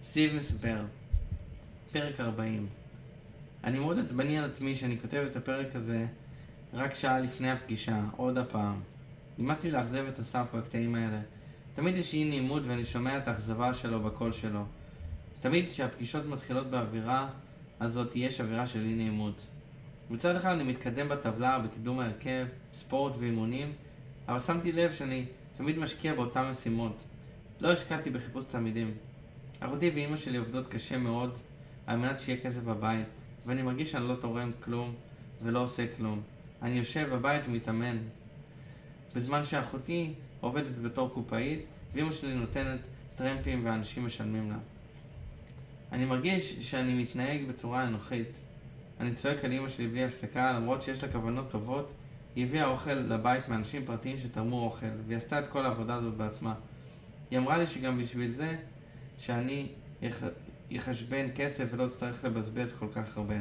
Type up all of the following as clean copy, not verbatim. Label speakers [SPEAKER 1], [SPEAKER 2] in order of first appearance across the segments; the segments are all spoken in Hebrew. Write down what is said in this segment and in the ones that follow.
[SPEAKER 1] זיו מספר, פרק 40. אני מאוד עצבני על עצמי שאני כותב את הפרק הזה רק שעה לפני הפגישה, עוד הפעם. נמאס לי לאכזב את אסף בקטעים האלה. תמיד יש אי נעימות ואני שומע את האכזבה שלו בקול שלו. תמיד כשהפגישות מתחילות באווירה הזאת יש אווירה של אי נעימות. מצד אחד אני מתקדם בטבלה בקידום ההרכב, ספורט ואימונים, אבל שמתי לב שאני תמיד משקיע באותן משימות. לא השקעתי בחיפוש תלמידים. אחותי ואמא שלי עובדות קשה מאוד על מנת שיהיה כסף בבית, ואני מרגיש שאני לא תורם כלום ולא עושה כלום. אני יושב בבית ומתאמן, בזמן שאחותי עובדת בתור קופאית, ואמא שלי נותנת טרמפים ואנשים משלמים לה. אני מרגיש שאני מתנהג בצורה אנוכית. אני צועק על אמא שלי בלי הפסקה, למרות שיש לה כוונות טובות. היא הביאה אוכל לבית מאנשים פרטיים שתרמו אוכל, והיא עשתה את כל העבודה הזאת בעצמה. היא אמרה לי שגם בשביל זה שאני יחשבן כסף ולא צריך לבזבז כל כך הרבה.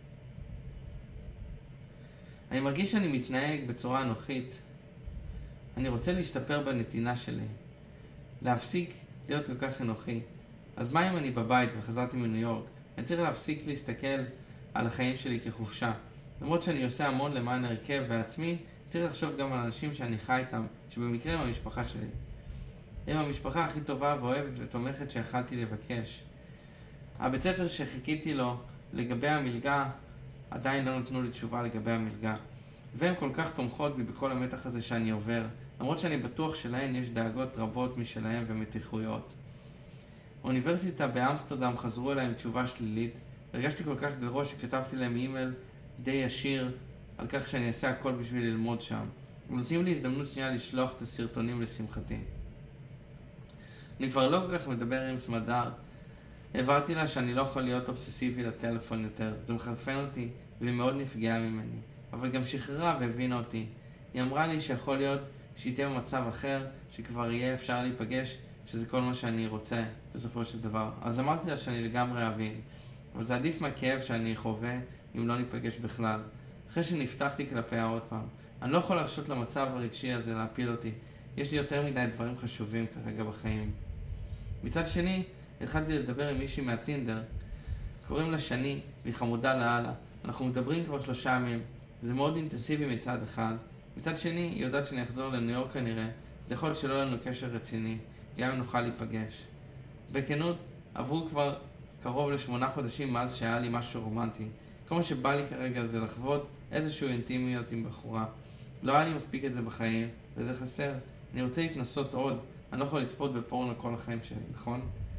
[SPEAKER 1] אני מרגיש שאני מתנהג בצורה אנוכית. אני רוצה להשתפר בנתינה שלי, להפסיק להיות כל כך אנוכי. אז מה אם אני בבית וחזרתי מניו יורק? אני צריך להפסיק להסתכל על החיים שלי כחופשה. למרות שאני עושה המון למען הרכב ועצמי, צריך לחשוב גם על אנשים שאני חי איתם, שבמקרה הם המשפחה שלי. הם המשפחה הכי טובה ואוהבת ותומכת שיכלתי לבקש. הבית ספר שחיכיתי לו לגבי המלגה, עדיין לא נתנו לי תשובה לגבי המלגה. והן כל כך תומכות בי בכל המתח הזה שאני עובר, למרות שאני בטוח שלהן יש דאגות רבות משלהן ומתיחויות. האוניברסיטה באמסטרדם חזרו אליי עם תשובה שלילית, הרגשתי כל כך גרוע שכתבתי להם אימייל די ישיר על כך שאני אעשה הכל בשביל ללמוד שם. הם נותנים לי הזדמנות שנייה לשלוח את הסרטונים לשמחתי. אני כבר לא כל כך מדבר עם סמדר. העברתי לה שאני לא יכול להיות אובססיבי לטלפון יותר. זה מחרפן אותי והיא מאוד נפגעה ממני. אבל גם שחררה והבינה אותי. היא אמרה לי שיכול להיות שהיא תהיה במצב אחר, שכבר יהיה אפשר להיפגש, שזה כל מה שאני רוצה בסופו של דבר. אז אמרתי לה שאני לגמרי אבין. אבל זה עדיף מהכאב שאני חווה אם לא ניפגש בכלל. אחרי שנפתחתי כלפיה עוד פעם. אני לא יכול להרשות למצב הרגשי הזה להפיל אותי. יש לי יותר מדי דברים חשובים כרגע בחיים. מצד שני, התחלתי לדבר עם מישהי מהטינדר. קוראים לה שני, והיא חמודה לאללה. אנחנו מדברים כבר 3 ימים. זה מאוד אינטנסיבי מצד אחד. מצד שני, היא יודעת שאני אחזור לניו יורק כנראה. זה יכול להיות שלא לנו קשר רציני, גם אם נוכל להיפגש. בכנות, עברו כבר קרוב ל8 חודשים מאז שהיה לי משהו רומנטי. כל מה שבא לי כרגע זה לחוות איזשהו אינטימיות עם בחורה. לא היה לי מספיק את זה בחיים, וזה חסר. אני רוצה להתנסות עוד. אני לא יכול לצפות בפורנו כל החיים שלי, נכון?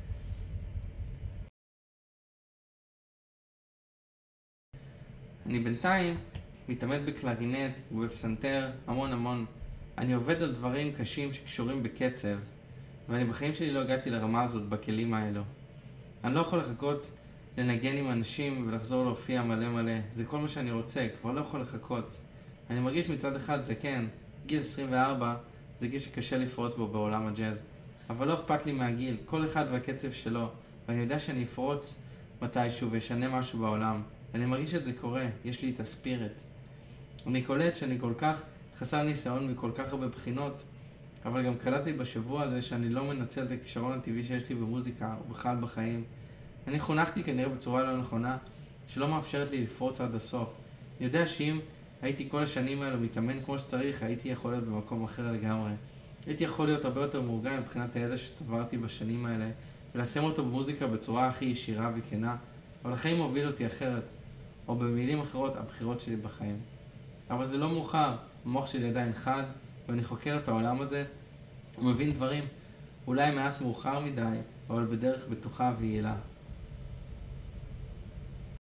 [SPEAKER 1] אני בינתיים מתעמד בקלרינט ובפסנתר המון. אני עובד על דברים קשים שקשורים בקצב, ואני בחיים שלי לא הגעתי לרמה הזאת בכלים האלו. אני לא יכול לחכות לנגן עם אנשים ולחזור להופיע מלא. זה כל מה שאני רוצה, כבר לא יכול לחכות. אני מרגיש מצד אחד זקן, גיל 24 זה גיל שקשה לפרוץ בו בעולם הג'אז. אבל לא אכפת לי מהגיל, כל אחד והקצב שלו, ואני יודע שאני אפרוץ מתישהו וישנה משהו בעולם. אני מרגיש את זה קורה, יש לי את הספירט. אני קולט שאני כל כך חסר ניסיון מכל כך הרבה בחינות, אבל גם קלטתי בשבוע הזה שאני לא מנצל את הכישרון הטבעי שיש לי במוזיקה ובכלל בחיים. אני חונכתי כנראה בצורה לא נכונה, שלא מאפשרת לי לפרוץ עד הסוף. אני יודע שאם הייתי כל השנים האלו מתאמן כמו שצריך, הייתי יכול להיות במקום אחר לגמרי. הייתי יכול להיות הרבה יותר מאורגן מבחינת הידע שצברתי בשנים האלה, ולשים אותו במוזיקה בצורה הכי ישירה וכנה, אבל החיים הובילו אותי אחרת, או במילים אחרות, הבחירות שלי בחיים. אבל זה לא מאוחר, המוח שלי עדיין חד, ואני חוקר את העולם הזה, ומבין דברים, אולי מעט מאוחר מדי, אבל בדרך בטוחה ויעילה.